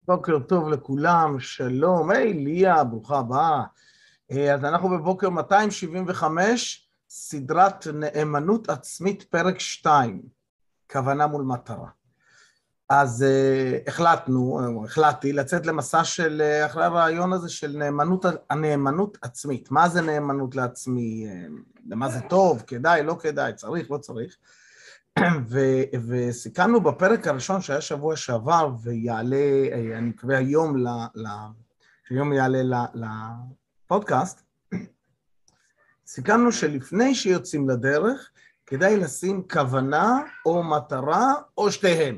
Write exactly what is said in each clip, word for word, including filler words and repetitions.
בוקר טוב לכולם, שלום, היי ליה, ברוכה הבאה. אז אנחנו בבוקר מאתיים שבעים וחמש, סדרת נאמנות עצמית פרק שתיים, כוונה מול מטרה. אז uh, החלטנו, החלטתי לצאת למסע של, uh, אחרי הרעיון הזה של נאמנות, הנאמנות עצמית. מה זה נאמנות לעצמי? Uh, מה זה טוב, כדאי, לא כדאי, צריך, לא צריך. ו- וסיכמנו בפרק הראשון שהיה שבוע שעבר, ויעלה, אני מקווה היום, ל- ל- שהיום יעלה ל- לפודקאסט, סיכמנו שלפני שיוצאים לדרך, כדאי לשים כוונה או מטרה או שתיהן.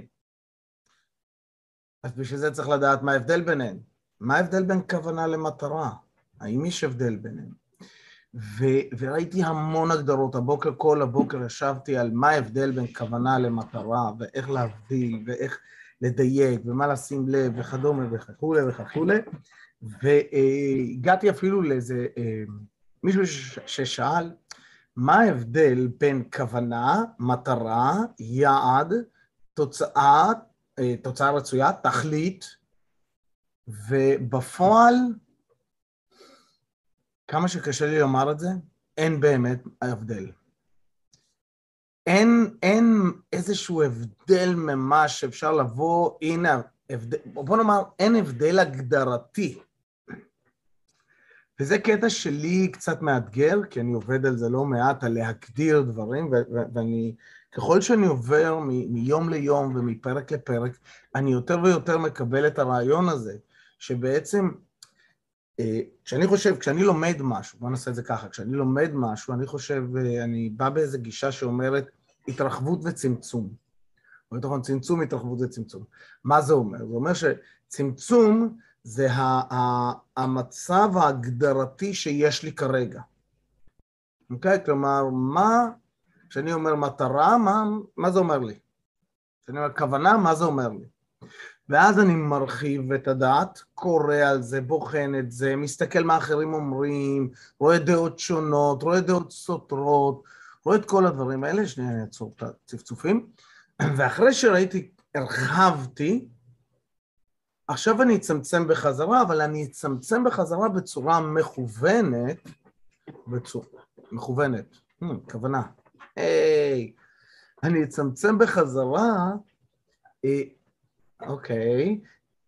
אז בשביל זה צריך לדעת מה ההבדל ביניהן. מה ההבדל בין כוונה למטרה? האם יש הבדל ביניהן? ו- וראיתי המון הגדרות, הבוקר, כל הבוקר ישבתי על מה ההבדל בין כוונה למטרה, ואיך להבדיל, ואיך לדייק, ומה לשים לב, וכדומה וכו' וכו', והגעתי אפילו לאיזה מישהו ששאל, מה ההבדל בין כוונה, מטרה, יעד, תוצאה, תוצאה רצויה, תכלית, ובפועל, כמה שקשה לי לומר את זה, אין באמת הבדל. אין, אין איזשהו הבדל ממש שאפשר לבוא, הנה, הבדל, בוא נאמר, אין הבדל הגדרתי. וזה קטע שלי קצת מאתגר, כי אני עובד על זה לא מעט, על להגדיר דברים, ו- ו- ואני, ככל שאני עובר מ- מיום ליום ומפרק לפרק, אני יותר ויותר מקבל את הרעיון הזה, שבעצם, כשאני חושב, כשאני לומד משהו, בוא נעשה את זה ככה, כשאני לומד משהו, אני חושב, אני בא באיזו גישה שאומרת התרחבות וצמצום. או יותר נכון, צמצום, התרחבות וצמצום. מה זה אומר? זה אומר שצמצום זה המצב ההגדרתי שיש לי כרגע. אוקיי? כלומר, מה, כשאני אומר מטרה, מה, מה זה אומר לי? כשאני אומר כוונה, מה זה אומר לי? ואז אני מרחיב את הדעת, קורא על זה, בוחן את זה, מסתכל מה אחרים אומרים, רואה דעות שונות, רואה דעות סותרות, רואה את כל הדברים האלה, שנייה אני אעצור את הצפצופים, ואחרי שראיתי, הרחבתי, עכשיו אני אצמצם בחזרה, אבל אני אצמצם בחזרה בצורה מכוונת, בצורה מכוונת, hmm, כוונה, היי, אני אצמצם בחזרה, אה, אוקיי,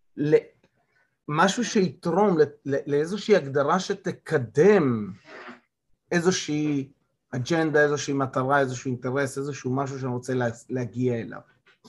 משהו שיתרום לאיזושהי הגדרה שתקדם איזושהי אג'נדה, איזושהי מטרה, איזשהו אינטרס, איזשהו משהו שאני רוצה להגיע אליו.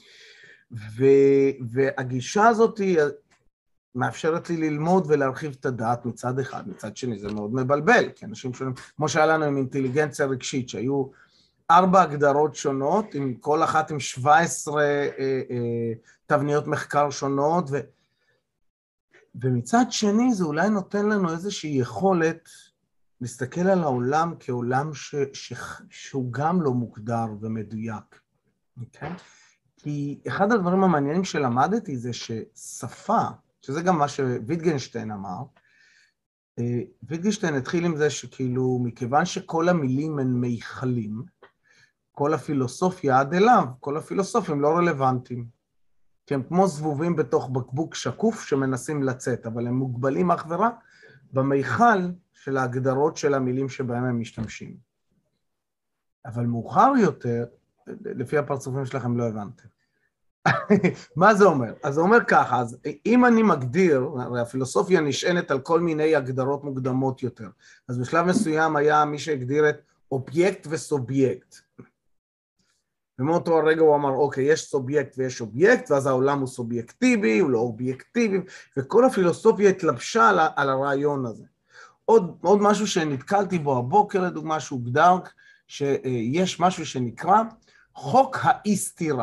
והגישה הזאת מאפשרת לי ללמוד ולהרחיב את הדעת מצד אחד, מצד שני זה מאוד מבלבל, כי אנשים שונים, כמו שהיה לנו עם אינטליגנציה רגשית, שהיו ארבע הגדרות שונות, עם כל אחת עם שבע עשרה אה, אה, תבניות מחקר שונות, ו, ומצד שני זה אולי נותן לנו איזושהי יכולת להסתכל על העולם כעולם ש, ש, שהוא גם לא מוגדר ומדויק. אוקיי? כי אחד הדברים המעניינים שלמדתי זה ששפה, שזה גם מה שוויטגנשטיין אמר, ויטגנשטיין התחיל עם זה שכאילו, מכיוון שכל המילים הן מיכלים, כל הפילוסופיה עד אליו, כל הפילוסופים לא רלוונטיים. כי הם כמו זבובים בתוך בקבוק שקוף שמנסים לצאת, אבל הם מוגבלים אך ורק במיכל של ההגדרות של המילים שבהם הם משתמשים. אבל מאוחר יותר, לפי הפרצופים שלכם לא הבנתם. מה זה אומר? אז זה אומר ככה, אז אם אני מגדיר, הרי הפילוסופיה נשענת על כל מיני הגדרות מוקדמות יותר, אז בשלב מסוים היה מי שהגדיר את אובייקט וסובייקט. ומאותו הרגע הוא אמר, אוקיי, יש סובייקט ויש אובייקט, ואז העולם הוא סובייקטיבי, הוא לא אובייקטיבי, וכל הפילוסופיה התלבשה על, על הרעיון הזה. עוד, עוד משהו שנתקלתי בו הבוקר, לדוגמה שהוגדר, שיש משהו שנקרא חוק האי-סתירה.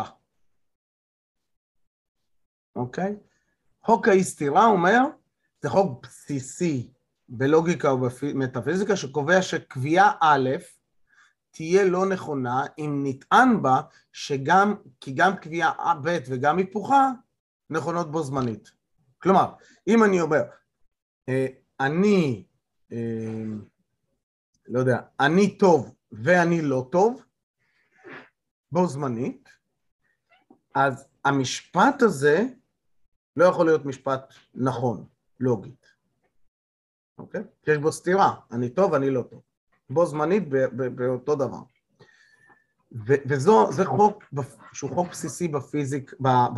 אוקיי? חוק האי-סתירה אומר, זה חוק בסיסי בלוגיקה ובמטאפיזיקה, שקובע שקביעה א' תהיה לא נכונה, אם נטען בה שגם, כי גם קביעה ב' וגם היפוכה, נכונות בו זמנית. כלומר, אם אני אומר, אני, לא יודע, אני טוב ואני לא טוב, בו זמנית, אז המשפט הזה לא יכול להיות משפט נכון, לוגית. אוקיי? יש בו סתירה, אני טוב, אני לא טוב. בו זמנית באותו דבר. וזו, זה חוק שהוא חוק בסיסי בפיזיק,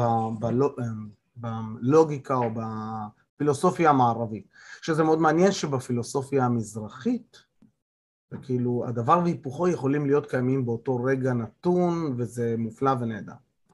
בלוגיקה או בפילוסופיה המערבית. שזה מאוד מעניין שבפילוסופיה המזרחית, וכאילו הדבר והיפוכו יכולים להיות קיימים באותו רגע נתון, וזה מופלא ונהדר.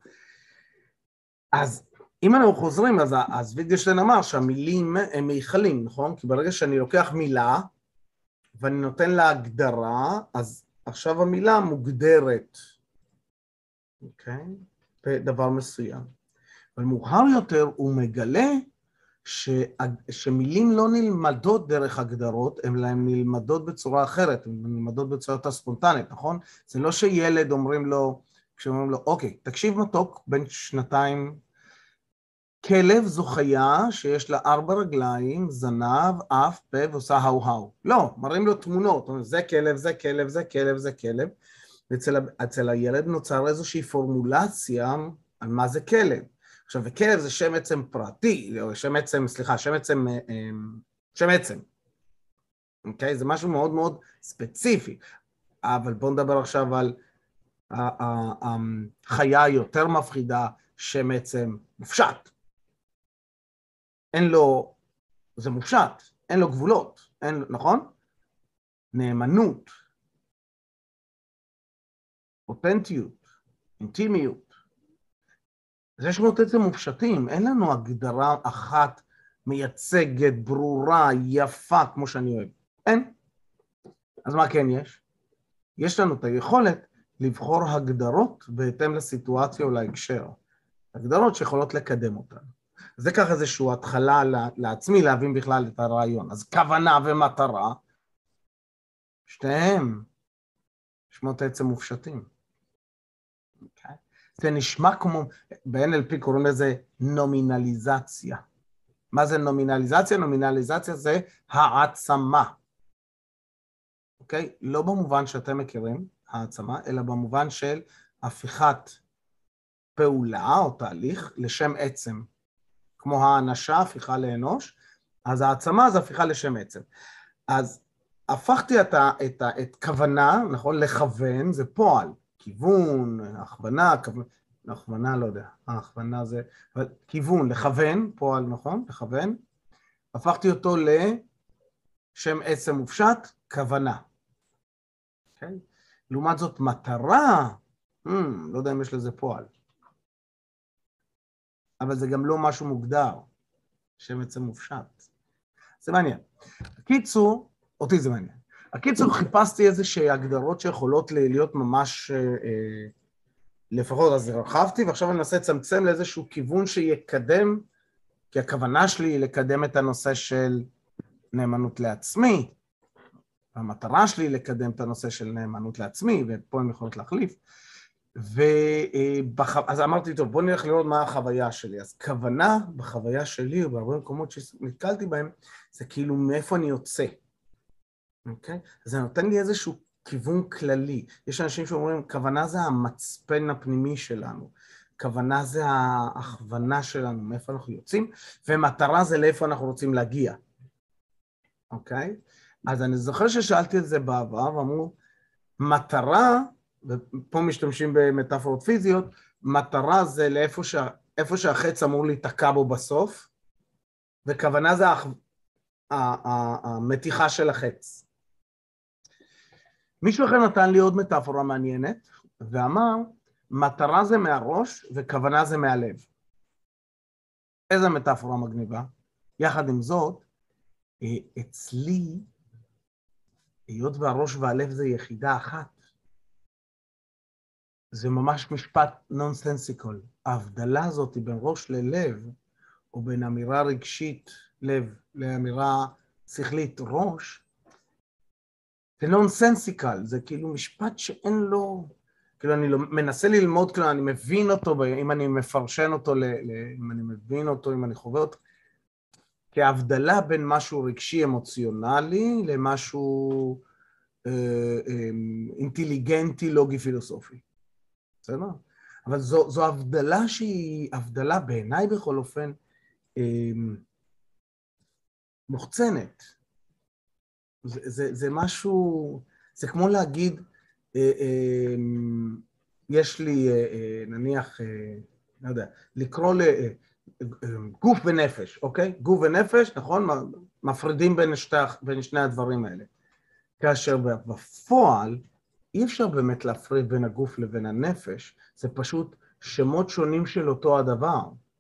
אז אם אנחנו חוזרים, אז, אז ויטגנשטיין אמר שהמילים הם מיכלים, נכון? כי ברגע שאני לוקח מילה, ואני נותן לה הגדרה, אז עכשיו המילה מוגדרת, אוקיי? בדבר מסוים. אבל מאוחר יותר הוא מגלה ש... שמילים לא נלמדות דרך הגדרות, הן נלמדות בצורה אחרת, הן נלמדות בצורה ספונטנית, נכון? זה לא שילד אומרים לו, כשאומרים לו, אוקיי, תקשיב מתוק, בן שנתיים, כלב זו חיה שיש לה ארבע רגליים, זנב, אף, פה ועושה האו-האו. לא, מראים לו תמונות, זה כלב, זה כלב, זה כלב, זה כלב, ואצל הילד נוצר איזושהי פורמולציה על מה זה כלב. עכשיו, וכלב זה שם עצם פרטי, או שם עצם, סליחה, שם עצם, שם עצם. אוקיי? זה משהו מאוד מאוד ספציפי. אבל בואו נדבר עכשיו על החיה היותר מפחידה, שם עצם מופשט. אין לו, זה מופשט, אין לו גבולות, אין, נכון? נאמנות, אותנטיות, אינטימיות. זה שמות עצם מופשטים, אין לנו הגדרה אחת מייצגת, ברורה, יפה, כמו שאני אוהב. אין. אז מה כן יש? יש לנו את היכולת לבחור הגדרות בהתאם לסיטואציה או להקשר. הגדרות שיכולות לקדם אותנו. זה ככה איזושהי התחלה לעצמי להבין בכלל את הרעיון. אז כוונה ומטרה, שתיהם שמות עצם מופשטים. Okay. זה נשמע כמו, ב-אן אל פי קוראים לזה נומינליזציה. מה זה נומינליזציה? נומינליזציה זה העצמה. אוקיי? Okay? לא במובן שאתם מכירים, העצמה, אלא במובן של הפיכת פעולה או תהליך לשם עצם. כמו האנשה, הפיכה לאנוש, אז העצמה זה הפיכה לשם עצם. אז הפכתי את, ה, את, ה, את כוונה, נכון, לכוון, זה פועל, כיוון, הכוונה, כוונה, הכוונה לא יודע, הכוונה זה, אבל כיוון, לכוון, פועל, נכון, לכוון, הפכתי אותו לשם עצם מופשט, כוונה. Okay? לעומת זאת, מטרה, hmm, לא יודע אם יש לזה פועל. אבל זה גם לא משהו מוגדר, שם עצם מופשט. זה מעניין. הקיצור, אותי זה מעניין. הקיצור, חיפשתי איזושהי הגדרות שיכולות להיות ממש, אה, לפחות אז רחבתי, ועכשיו אני מנסה לצמצם לאיזשהו כיוון שיקדם, כי הכוונה שלי היא לקדם את הנושא של נאמנות לעצמי, והמטרה שלי היא לקדם את הנושא של נאמנות לעצמי, ופה הם יכולות להחליף, אז אמרתי, טוב, בוא נלך לראות מה החוויה שלי. אז כוונה בחוויה שלי, ובהרבה מקומות שנתקלתי בהם, זה כאילו מאיפה אני יוצא. אוקיי? אז זה נותן לי איזשהו כיוון כללי. יש אנשים שאומרים, כוונה זה המצפן הפנימי שלנו. כוונה זה ההכוונה שלנו, מאיפה אנחנו יוצאים, ומטרה זה לאיפה אנחנו רוצים להגיע. אוקיי? אז אני זוכר ששאלתי את זה בעבר, ואמרו, מטרה, ופה משתמשים במטאפורות פיזיות, מטרה זה לאיפה שה, איפה שהחץ אמור להתקע בו בסוף, וכוונה זה המתיחה של החץ. מישהו אחר נתן לי עוד מטאפורה מעניינת, ואמר, מטרה זה מהראש וכוונה זה מהלב. איזה מטאפורה מגניבה? יחד עם זאת, אצלי, היות והראש והלב זה יחידה אחת, זה ממש משפט נונסנסיקול. ההבדלה הזאת בין ראש ללב, או בין אמירה רגשית לב לאמירה שכלית ראש, זה נונסנסיקל, זה כאילו משפט שאין לו, כאילו אני מנסה ללמוד, כאילו אני מבין אותו, אם אני מפרשן אותו, אם אני מבין אותו, אם אני חווה אותו, כי ההבדלה בין משהו רגשי אמוציונלי למשהו אה, אה, אינטליגנטי, לוגי, פילוסופי. בסדר? אבל זו, זו הבדלה שהיא, הבדלה בעיניי בכל אופן, מוחצנת. זה, זה, זה משהו, זה כמו להגיד, יש לי, נניח, לא יודע, לקרוא לגוף ונפש, אוקיי? גוף ונפש, נכון? מפרידים בין שתי, בין שני הדברים האלה. כאשר בפועל, אי אפשר באמת להפריד בין הגוף לבין הנפש, זה פשוט שמות שונים של אותו הדבר.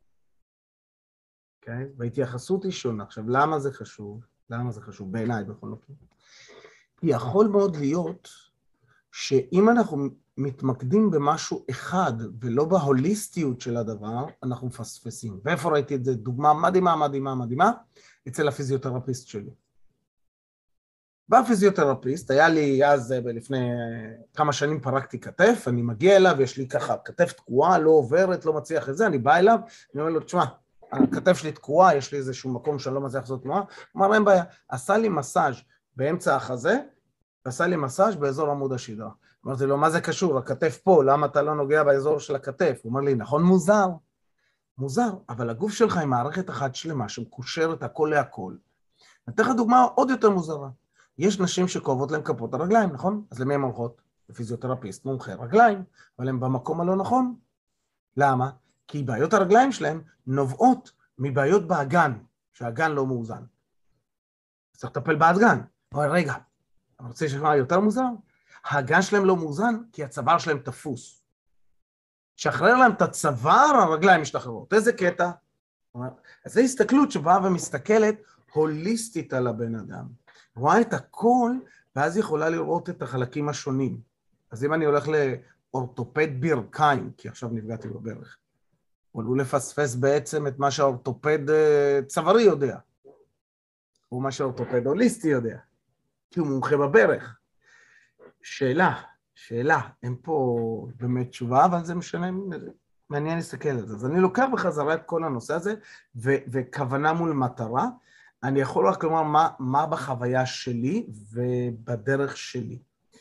אוקיי? וההתייחסות היא שונה. עכשיו, למה זה חשוב? למה זה חשוב? בעיניי, בכל מקרה. יכול מאוד להיות שאם אנחנו מתמקדים במשהו אחד ולא בהוליסטיות של הדבר, אנחנו מפספסים. ואיפה ראיתי את זה? דוגמה מדהימה, מדהימה, מדהימה, אצל הפיזיותרפיסט שלי. בפיזיותרפיסט, היה לי אז לפני כמה שנים פרקתי כתף, אני מגיע אליו, יש לי ככה, כתף תקועה, לא עוברת, לא מצליח את זה, אני בא אליו, אני אומר לו, תשמע, הכתף שלי תקועה, יש לי איזשהו מקום שאני לא מצליח לעשות תנועה, הוא אמר, אין בעיה, עשה לי מסאז' באמצע החזה, עשה לי מסאז' באזור עמוד השדרה. אמרתי לו, מה זה קשור? הכתף פה, למה אתה לא נוגע באזור של הכתף? הוא אומר לי, נכון, מוזר, מוזר, אבל הגוף שלך היא מערכת אחת שלמה, שמקושרת הכל להכל. נתן לך דוגמה עוד יותר מוזרה. יש נשים שכואבות להן כפות הרגליים, נכון? אז למי הן הולכות? לפיזיותרפיסט, מומחה רגליים, אבל הן במקום הלא נכון. למה? כי בעיות הרגליים שלהן נובעות מבעיות באגן, שהאגן לא מאוזן. צריך לטפל באגן. אבל רגע, אני רוצה לשמוע יותר מוזר? האגן שלהם לא מאוזן, כי הצוואר שלהם תפוס. שחרר להם את הצוואר, הרגליים משתחררות. איזה קטע? אז זו הסתכלות שבאה ומסתכלת הוליסטית על הבן אדם. רואה את הכל, ואז יכולה לראות את החלקים השונים. אז אם אני הולך לאורתופד ברכיים, כי עכשיו נפגעתי בברך, הוא לפספס בעצם את מה שהאורתופד צווארי יודע, או מה שהאורתופד הוליסטי יודע, כי הוא מומחה בברך. שאלה, שאלה, אין פה באמת תשובה, אבל זה משנה, מעניין להסתכל על זה. אז אני לוקח בחזרה את כל הנושא הזה, ו- וכוונה מול מטרה, אני יכול רק לומר מה, מה בחוויה שלי ובדרך שלי.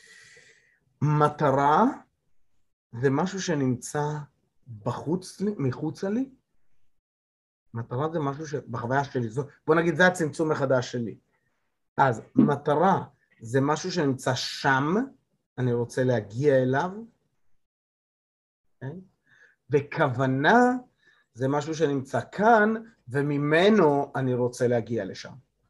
מטרה זה משהו שנמצא בחוץ לי, מחוץ לי. מטרה זה משהו שבחוויה שלי, זו, בוא נגיד, זה הצמצום מחדש שלי. אז מטרה זה משהו שנמצא שם, אני רוצה להגיע אליו, okay? וכוונה זה משהו שנמצא כאן, וממנו אני רוצה להגיע לשם.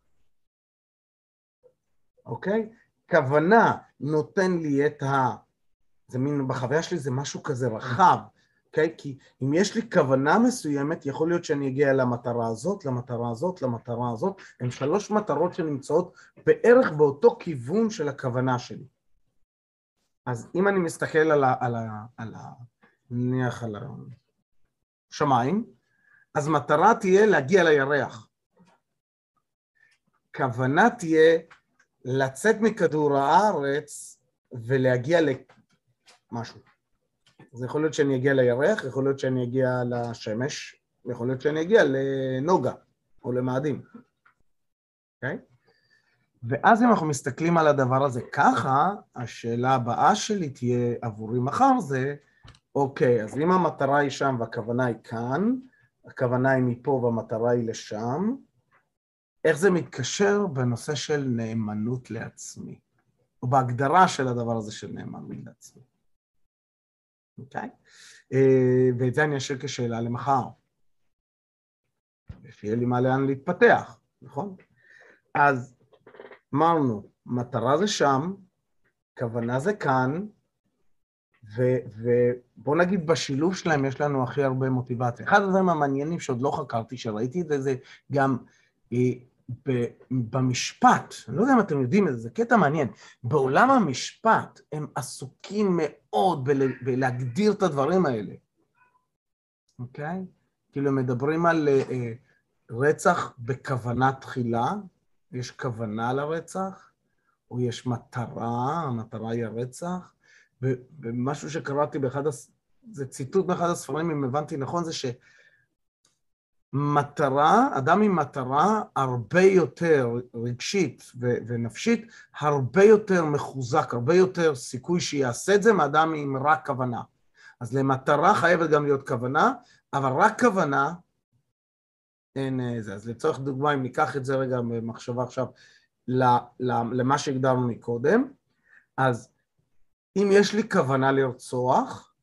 אוקיי? כוונה נותן לי את ה... זה מין, בחוויה שלי זה משהו כזה רחב, אוקיי? כי אם יש לי כוונה מסוימת, יכול להיות שאני אגיע למטרה הזאת, למטרה הזאת, למטרה הזאת. הן שלוש מטרות שנמצאות בערך באותו כיוון של הכוונה שלי. אז אם אני מסתכל על ה... על ה... על ה... נניח על השמיים, אז מטרה תהיה להגיע לירח. כוונה תהיה לצאת מכדור הארץ ולהגיע למשהו. אז יכול להיות שאני אגיע לירח, יכול להיות שאני אגיע לשמש, יכול להיות שאני אגיע לנוגה או למאדים. אוקיי? ואז אם אנחנו מסתכלים על הדבר הזה ככה, השאלה הבאה שלי תהיה עבורי מחר זה, אוקיי, אז אם המטרה היא שם והכוונה היא כאן, הכוונה היא מפה והמטרה היא לשם, איך זה מתקשר בנושא של נאמנות לעצמי, או בהגדרה של הדבר הזה של נאמנות לעצמי. אוקיי? ואת זה אני אשאיר כשאלה למחר. שיהיה לי מה לאן להתפתח, נכון? אז אמרנו, מטרה זה שם, כוונה זה כאן, ובוא נגיד בשילוב שלהם יש לנו הכי הרבה מוטיבציה. אחד הדברים המעניינים שעוד לא חקרתי, שראיתי את זה, זה גם במשפט, אני לא יודע אם אתם יודעים את זה, זה קטע מעניין, בעולם המשפט הם עסוקים מאוד בלהגדיר את הדברים האלה, אוקיי? כאילו הם מדברים על רצח בכוונה תחילה, יש כוונה לרצח, או יש מטרה, המטרה היא הרצח, ומשהו שקראתי באחד, זה ציטוט באחד הספרים, אם הבנתי נכון, זה שמטרה, אדם עם מטרה הרבה יותר רגשית ונפשית, הרבה יותר מחוזק, הרבה יותר סיכוי שיעשה את זה מאדם עם רק כוונה. אז למטרה חייבת גם להיות כוונה, אבל רק כוונה אין זה. אז לצורך דוגמה, אם ניקח את זה רגע במחשבה עכשיו למה שהגדרנו מקודם, אז אם יש לי כוונה לרצוח,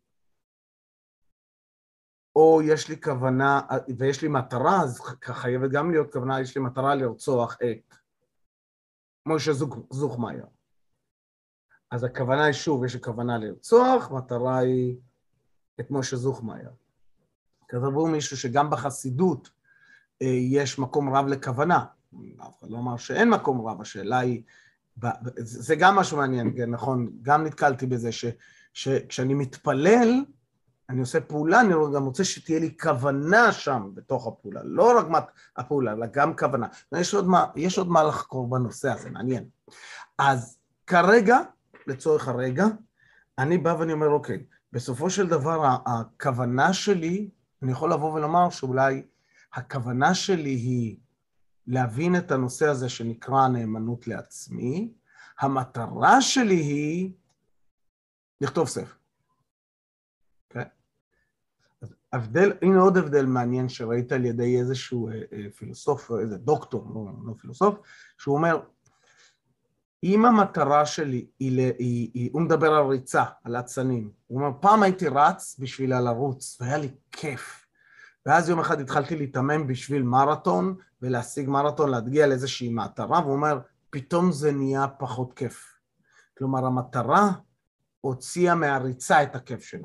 או יש לי כוונה, ויש לי מטרה, אז חייבת גם להיות כוונה, יש לי מטרה לרצוח את מוישה זוכמאייר. אז הכוונה היא שוב, יש לי כוונה לרצוח, מטרה היא את מוישה זוכמאייר. כתבו מישהו שגם בחסידות יש מקום רב לכוונה. אף אחד לא אמר שאין מקום רב, השאלה היא, זה גם משהו מעניין, נכון, גם נתקלתי בזה, ש, שכשאני מתפלל, אני עושה פעולה, אני גם רוצה שתהיה לי כוונה שם בתוך הפעולה, לא רק הפעולה, אלא גם כוונה. יש עוד מה, יש עוד מה לחקור בנושא הזה, מעניין. אז כרגע, לצורך הרגע, אני בא ואני אומר, אוקיי, בסופו של דבר, הכוונה שלי, אני יכול לבוא ולומר שאולי הכוונה שלי היא להבין את הנושא הזה שנקרא נאמנות לעצמי, המטרה שלי היא לכתוב ספר. אוקיי? הבדל, הנה עוד הבדל מעניין שראית על ידי איזשהו פילוסוף, איזה דוקטור, לא, לא פילוסוף, שהוא אומר, אם המטרה שלי היא, היא, היא, הוא מדבר על ריצה, על אצנים, הוא אומר, פעם הייתי רץ בשביל לרוץ, והיה לי כיף. ואז יום אחד התחלתי להתאמן בשביל מרתון, ולהשיג מרתון, להגיע לאיזושהי מטרה, והוא אומר, פתאום זה נהיה פחות כיף. כלומר, המטרה הוציאה מהריצה את הכיף שלה.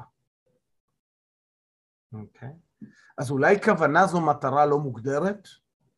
אוקיי? אז אולי כוונה זו מטרה לא מוגדרת,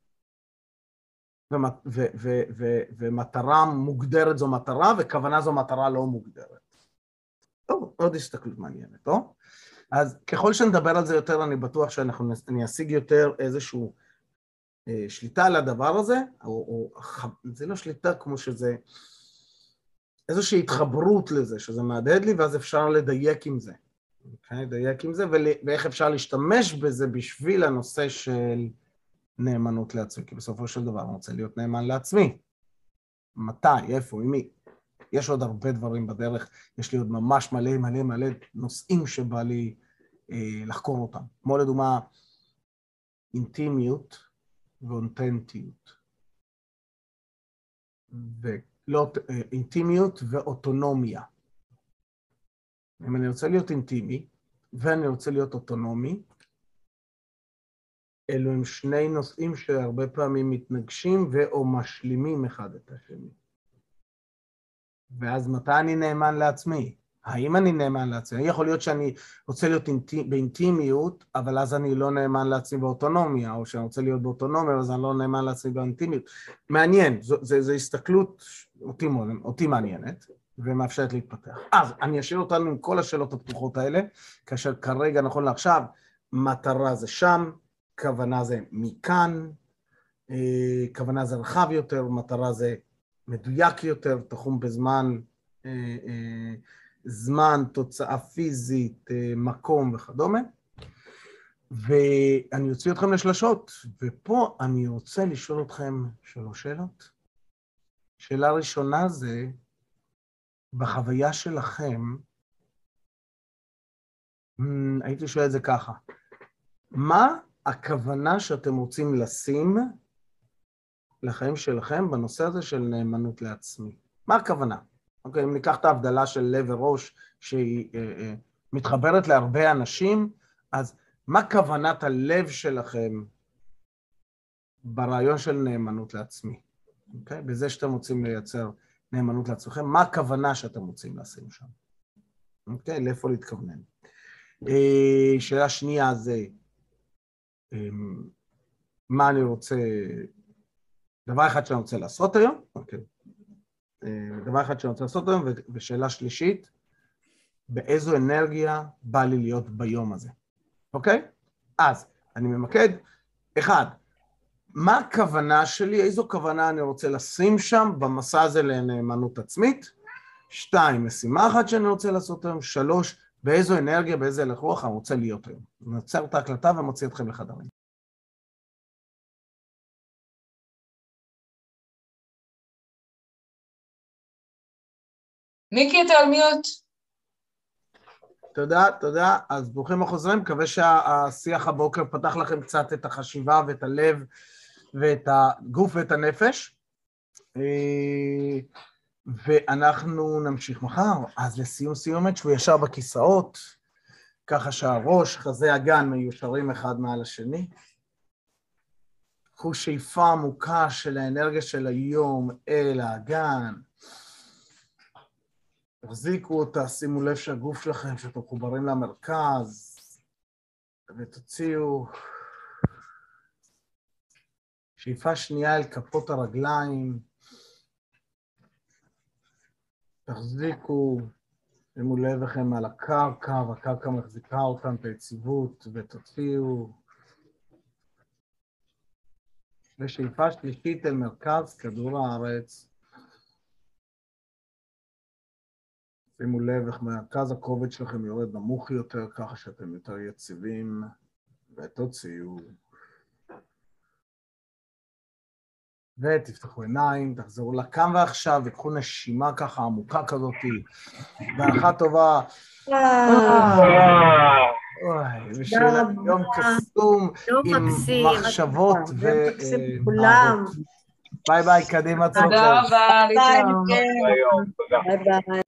ומטרה מוגדרת זו מטרה, וכוונה זו מטרה לא מוגדרת. טוב, עוד הסתכלות מעניינת, לא? אז ככל שנדבר על זה יותר, אני בטוח שאנחנו נשיג יותר איזשהו אה, שליטה על הדבר הזה, או, או זה לא שליטה כמו שזה, איזושהי התחברות לזה, שזה מהדהד לי, ואז אפשר לדייק עם זה. אוקיי? לדייק עם זה, ואיך אפשר להשתמש בזה בשביל הנושא של נאמנות לעצמי, כי בסופו של דבר אני רוצה להיות נאמן לעצמי. מתי, איפה, עם מי? יש עוד הרבה דברים בדרך, יש לי עוד ממש מלא מלא מלא נושאים שבא לי אה, לחקור אותם. כמו לדוגמה, אינטימיות ואונטנטיות. ולא, אה, אינטימיות ואוטונומיה. אם אני רוצה להיות אינטימי, ואני רוצה להיות אוטונומי, אלו הם שני נושאים שהרבה פעמים מתנגשים ואו משלימים אחד את השני. ואז מתי אני נאמן לעצמי? האם אני נאמן לעצמי? יכול להיות שאני רוצה להיות באינטימיות, אבל אז אני לא נאמן לעצמי באוטונומיה, או שאני רוצה להיות באוטונומיה, אז אני לא נאמן לעצמי באינטימיות. מעניין, זו, זו, זו הסתכלות אותי, אותי מעניינת, ומאפשרת להתפתח. אז אני אשאיר אותנו עם כל השאלות הפתוחות האלה, כאשר כרגע, נכון לעכשיו, מטרה זה שם, כוונה זה מכאן, כוונה זה רחב יותר, מטרה זה מדויק יותר, תחום בזמן, זמן, תוצאה פיזית, מקום וכדומה. ואני אוציא אתכם לשלשות, ופה אני רוצה לשאול אתכם שלוש שאלות. שאלה ראשונה זה, בחוויה שלכם, הייתי שואל את זה ככה, מה הכוונה שאתם רוצים לשים לחיים שלכם בנושא הזה של נאמנות לעצמי? מה הכוונה? אוקיי, אם ניקח את ההבדלה של לב וראש שהיא אה, אה, מתחברת להרבה אנשים, אז מה כוונת הלב שלכם ברעיון של נאמנות לעצמי? אוקיי? בזה שאתם רוצים לייצר נאמנות לעצמכם, מה הכוונה שאתם רוצים לשים שם? אוקיי? לאיפה להתכוונן? אה, שאלה שנייה זה, אה, מה אני רוצה, דבר אחד שאני רוצה לעשות היום, אוקיי. דבר אחד שאני רוצה לעשות היום, ושאלה שלישית, באיזו אנרגיה בא לי להיות ביום הזה, אוקיי? אז אני ממקד, אחד, מה הכוונה שלי, איזו כוונה אני רוצה לשים שם במסע הזה לנאמנות עצמית? שתיים, משימה אחת שאני רוצה לעשות היום, שלוש, באיזו אנרגיה, באיזה הלך רוח אני רוצה להיות היום. אני עוצר את ההקלטה ומוציא אתכם לחדרים. מיקי, אתה על מיוט. תודה, תודה. אז ברוכים החוזרים, מקווה שהשיח הבוקר פתח לכם קצת את החשיבה ואת הלב ואת הגוף ואת הנפש. ואנחנו נמשיך מחר. אז לסיום סיומת, שהוא ישר בכיסאות, ככה שהראש, חזה הגן מיושרים אחד מעל השני. קחו שאיפה עמוקה של האנרגיה של היום אל האגן. תחזיקו אותה, שימו לב שהגוף שלכם, שאתם מחוברים למרכז, ותוציאו שאיפה שנייה אל כפות הרגליים. תחזיקו, שימו לב לכם על הקרקע, והקרקע מחזיקה אותם ביציבות, ותוציאו. ושאיפה שלישית אל מרכז כדור הארץ. שימו לב איך מרכז הכובד שלכם יורד נמוך יותר, ככה שאתם יותר יציבים, ותוציאו. ותפתחו עיניים, תחזרו לכאן ועכשיו, וקחו נשימה ככה עמוקה כזאת, והנחה טובה. ושיהיה לנו יום קסום עם מחשבות ונערות. ביי ביי, קדימה צופר. תודה רבה, להתראות. ביי ביי.